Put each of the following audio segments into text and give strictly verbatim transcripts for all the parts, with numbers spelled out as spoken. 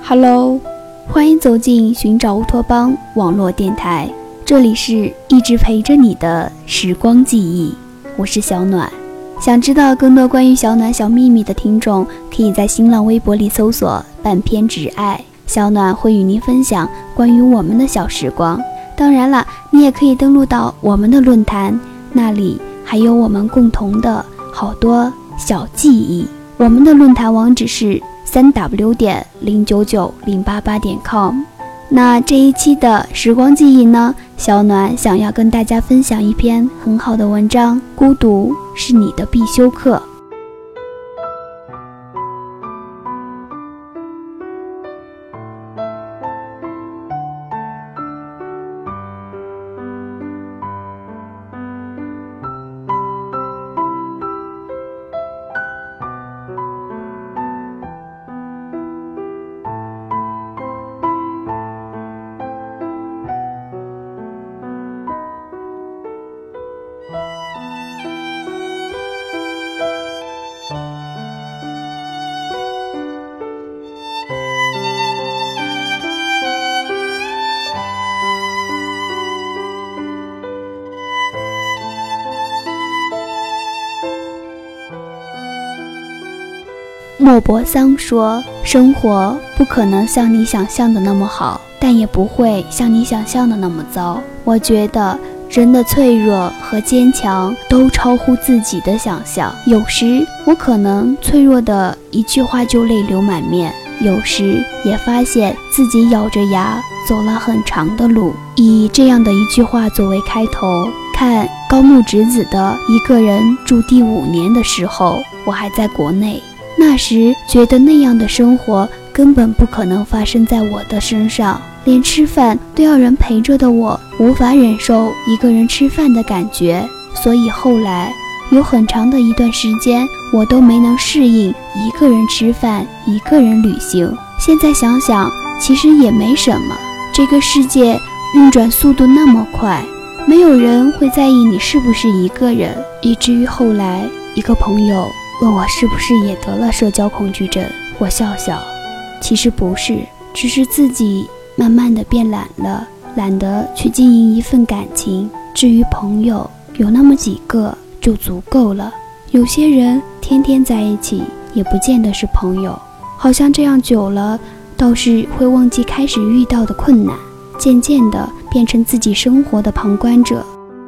Hello， 欢迎走进寻找乌托邦网络电台，这里是一直陪着你的时光记忆，我是小暖。想知道更多关于小暖小秘密的听众，可以在新浪微博里搜索半偏执爱，小暖会与您分享关于我们的小时光。当然了，你也可以登录到我们的论坛，那里还有我们共同的好多小记忆。我们的论坛网址是三 w 点零九九零八八点 com。 那这一期的时光记忆呢，小暖想要跟大家分享一篇很好的文章，孤独是你的必修课。莫泊桑说，生活不可能像你想象的那么好，但也不会像你想象的那么糟。我觉得人的脆弱和坚强都超乎自己的想象，有时我可能脆弱的一句话就泪流满面，有时也发现自己咬着牙走了很长的路。以这样的一句话作为开头，看高木直子的一个人住第五年的时候，我还在国内，那时觉得那样的生活根本不可能发生在我的身上，连吃饭都要人陪着的我无法忍受一个人吃饭的感觉，所以后来有很长的一段时间我都没能适应一个人吃饭，一个人旅行。现在想想其实也没什么，这个世界运转速度那么快，没有人会在意你是不是一个人，以至于后来一个朋友问我是不是也得了社交恐惧症，我笑笑，其实不是，只是自己慢慢的变懒了，懒得去经营一份感情。至于朋友，有那么几个就足够了。有些人天天在一起也不见得是朋友，好像这样久了倒是会忘记开始遇到的困难，渐渐的变成自己生活的旁观者。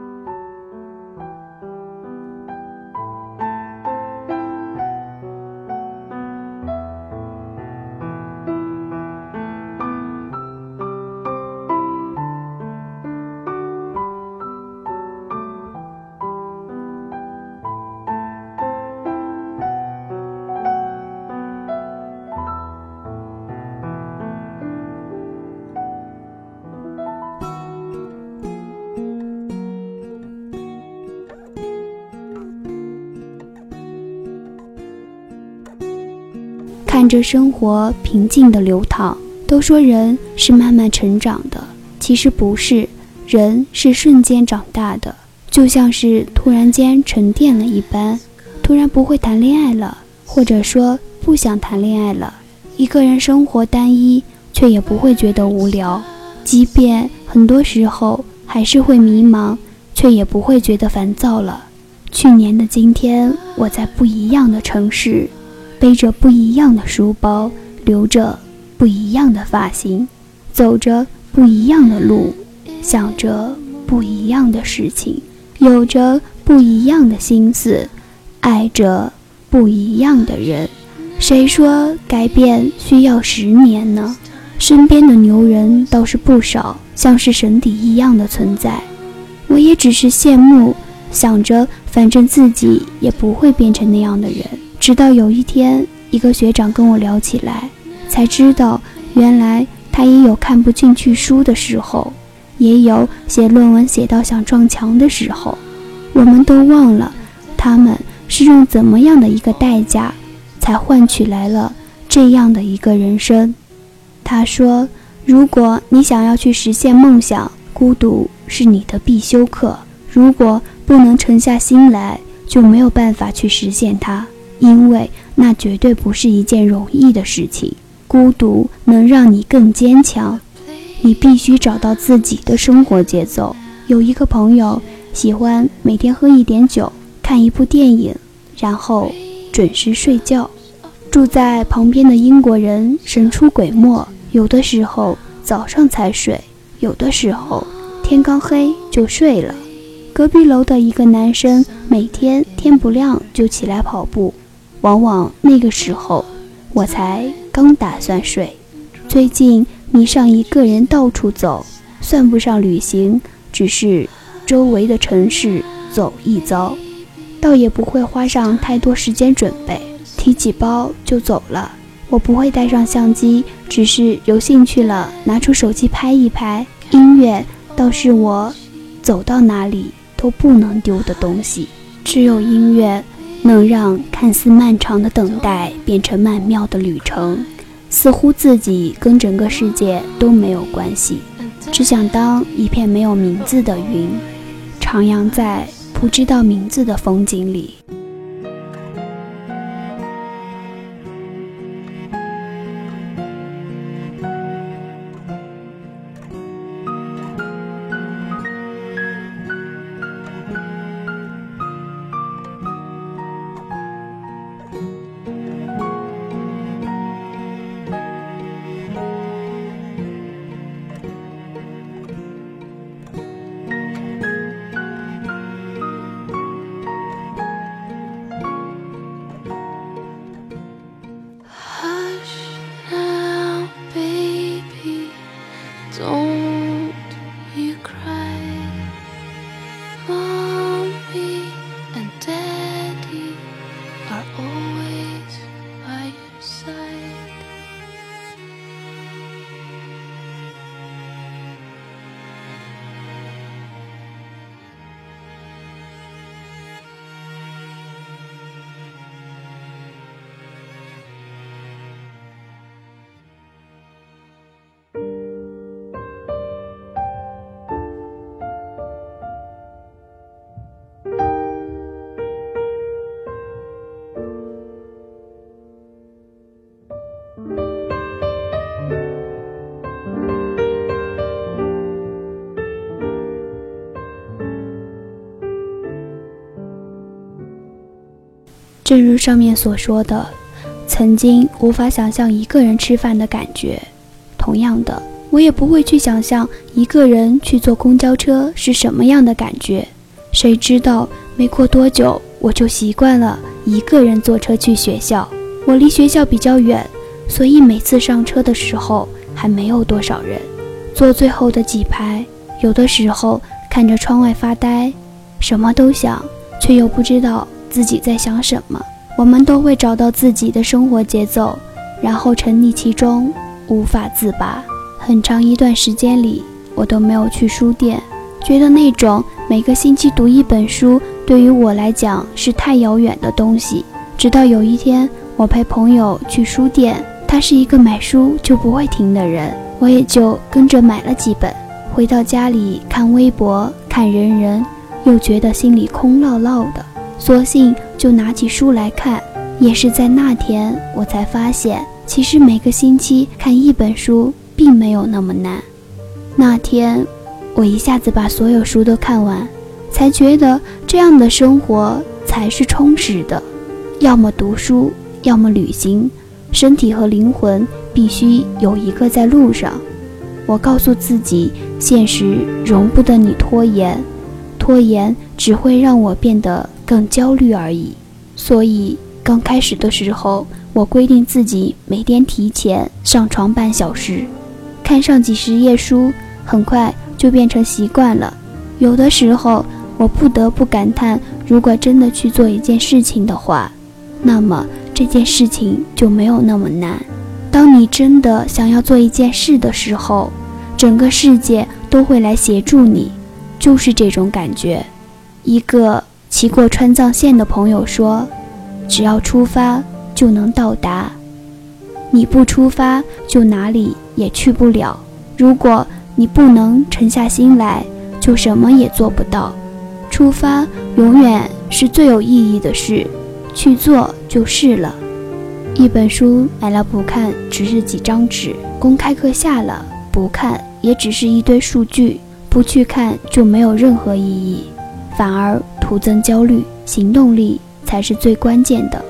看着生活平静的流淌，都说人是慢慢成长的，其实不是，人是瞬间长大的，就像是突然间沉淀了一般，突然不会谈恋爱了，或者说不想谈恋爱了。一个人生活单一，却也不会觉得无聊，即便很多时候还是会迷茫，却也不会觉得烦躁了。去年的今天，我在不一样的城市，背着不一样的书包，留着不一样的发型，走着不一样的路，想着不一样的事情，有着不一样的心思，爱着不一样的人。谁说改变需要十年呢？身边的牛人倒是不少，像是神邸一样的存在。我也只是羡慕，想着反正自己也不会变成那样的人。直到有一天，一个学长跟我聊起来，才知道原来他也有看不进去书的时候，也有写论文写到想撞墙的时候。我们都忘了他们是用怎么样的一个代价才换取来了这样的一个人生。他说，如果你想要去实现梦想，孤独是你的必修课，如果不能沉下心来，就没有办法去实现它，因为那绝对不是一件容易的事情。 孤独能让你更坚强。你必须找到自己的生活节奏。有一个朋友喜欢每天喝一点酒，看一部电影，然后准时睡觉。住在旁边的英国人神出鬼没，有的时候早上才睡，有的时候天刚黑就睡了。隔壁楼的一个男生每天天不亮就起来跑步，往往那个时候我才刚打算睡。最近迷上一个人到处走，算不上旅行，只是周围的城市走一遭，倒也不会花上太多时间准备，提起包就走了。我不会带上相机，只是有兴趣了拿出手机拍一拍。音乐倒是我走到哪里都不能丢的东西，只有音乐能让看似漫长的等待变成曼妙的旅程。似乎自己跟整个世界都没有关系，只想当一片没有名字的云，徜徉在不知道名字的风景里。正如上面所说的，曾经无法想象一个人吃饭的感觉，同样的，我也不会去想象一个人去坐公交车是什么样的感觉。谁知道没过多久，我就习惯了一个人坐车去学校。我离学校比较远，所以每次上车的时候还没有多少人，坐最后的几排，有的时候看着窗外发呆，什么都想，却又不知道自己在想什么。我们都会找到自己的生活节奏，然后沉溺其中，无法自拔。很长一段时间里，我都没有去书店，觉得那种每个星期读一本书对于我来讲是太遥远的东西。直到有一天，我陪朋友去书店，他是一个买书就不会停的人，我也就跟着买了几本。回到家里看微博，看人人，又觉得心里空落落的，索性就拿起书来看。也是在那天，我才发现，其实每个星期看一本书并没有那么难。那天，我一下子把所有书都看完，才觉得这样的生活才是充实的。要么读书，要么旅行，身体和灵魂必须有一个在路上。我告诉自己，现实容不得你拖延，拖延只会让我变得更焦虑而已。所以刚开始的时候，我规定自己每天提前上床半小时，看上几十页书，很快就变成习惯了。有的时候我不得不感叹，如果真的去做一件事情的话，那么这件事情就没有那么难。当你真的想要做一件事的时候，整个世界都会来协助你，就是这种感觉。一个骑过川藏线的朋友说，只要出发就能到达，你不出发就哪里也去不了。如果你不能沉下心来，就什么也做不到。出发永远是最有意义的事，去做就是了。 一本书买了不看，只是几张纸；公开课下了不看，也只是一堆数据。不去看就没有任何意义，反而徒增焦虑。行动力才是最关键的。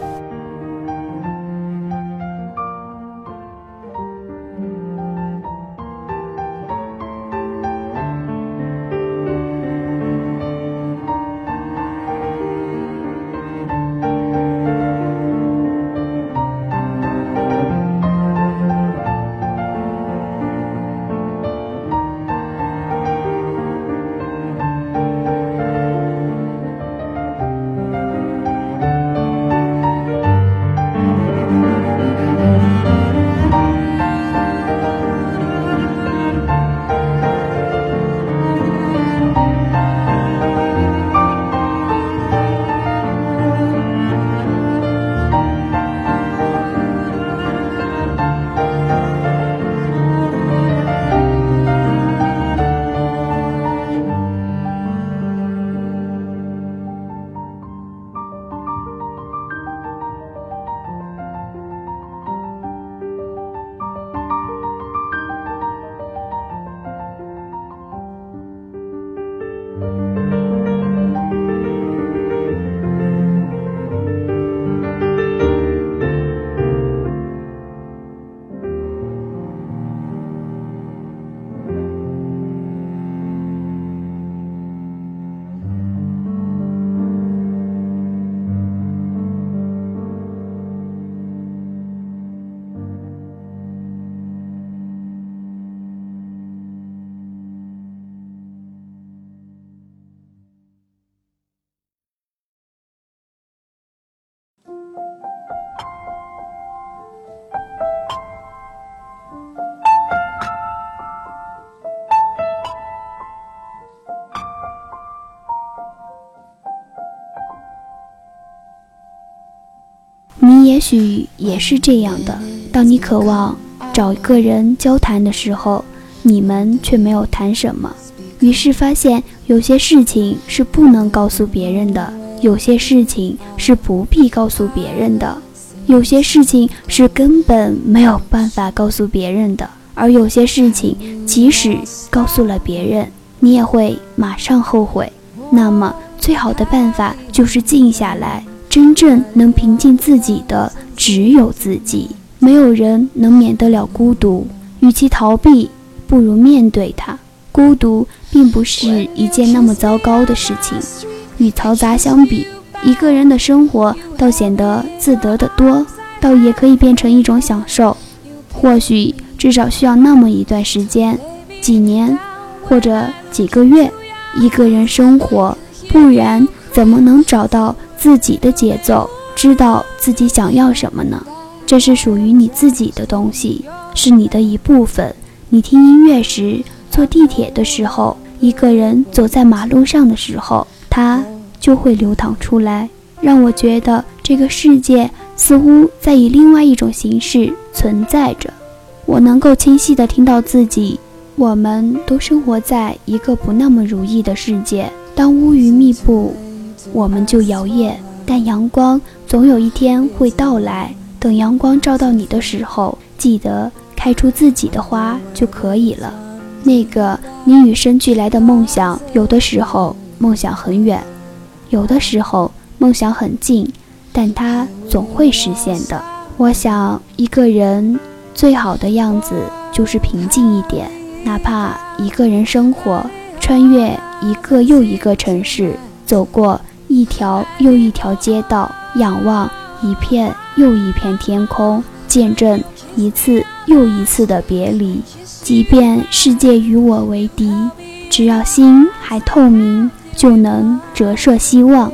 你也许也是这样的，当你渴望找一个人交谈的时候，你们却没有谈什么，于是发现有些事情是不能告诉别人的，有些事情是不必告诉别人的，有些事情是根本没有办法告诉别人的，而有些事情即使告诉了别人，你也会马上后悔。那么最好的办法就是静下来，真正能平静自己的只有自己，没有人能免得了孤独，与其逃避，不如面对它。孤独并不是一件那么糟糕的事情，与嘈杂相比，一个人的生活倒显得自得得多，倒也可以变成一种享受。或许至少需要那么一段时间，几年或者几个月，一个人生活，不然怎么能找到自己的节奏，知道自己想要什么呢？这是属于你自己的东西，是你的一部分。你听音乐时，坐地铁的时候，一个人走在马路上的时候，它就会流淌出来，让我觉得这个世界似乎在以另外一种形式存在着。我能够清晰地听到自己，我们都生活在一个不那么如意的世界，当乌云密布，我们就摇曳，但阳光总有一天会到来。等阳光照到你的时候，记得开出自己的花就可以了。那个你与生俱来的梦想，有的时候梦想很远，有的时候梦想很近，但它总会实现的。我想一个人最好的样子就是平静一点，哪怕一个人生活，穿越一个又一个城市，走过一条又一条街道，仰望一片又一片天空，见证一次又一次的别离。即便世界与我为敌，只要心还透明，就能折射希望。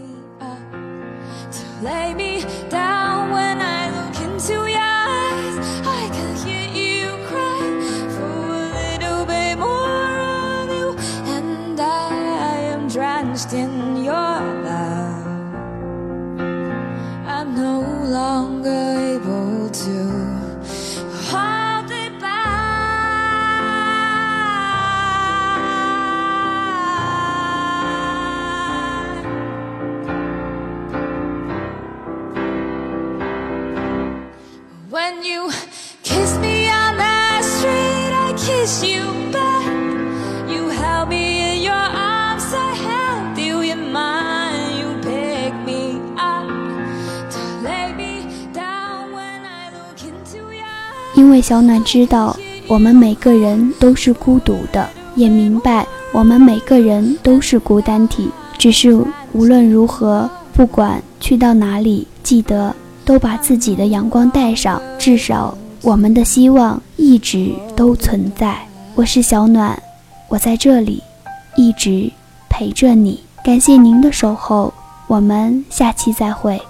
In your love, I'm no longer able to hold it back. 因为小暖知道我们每个人都是孤独的，也明白我们每个人都是孤单体，只是无论如何，不管去到哪里，记得都把自己的阳光带上，至少我们的希望一直都存在。我是小暖，我在这里一直陪着你，感谢您的守候，我们下期再会。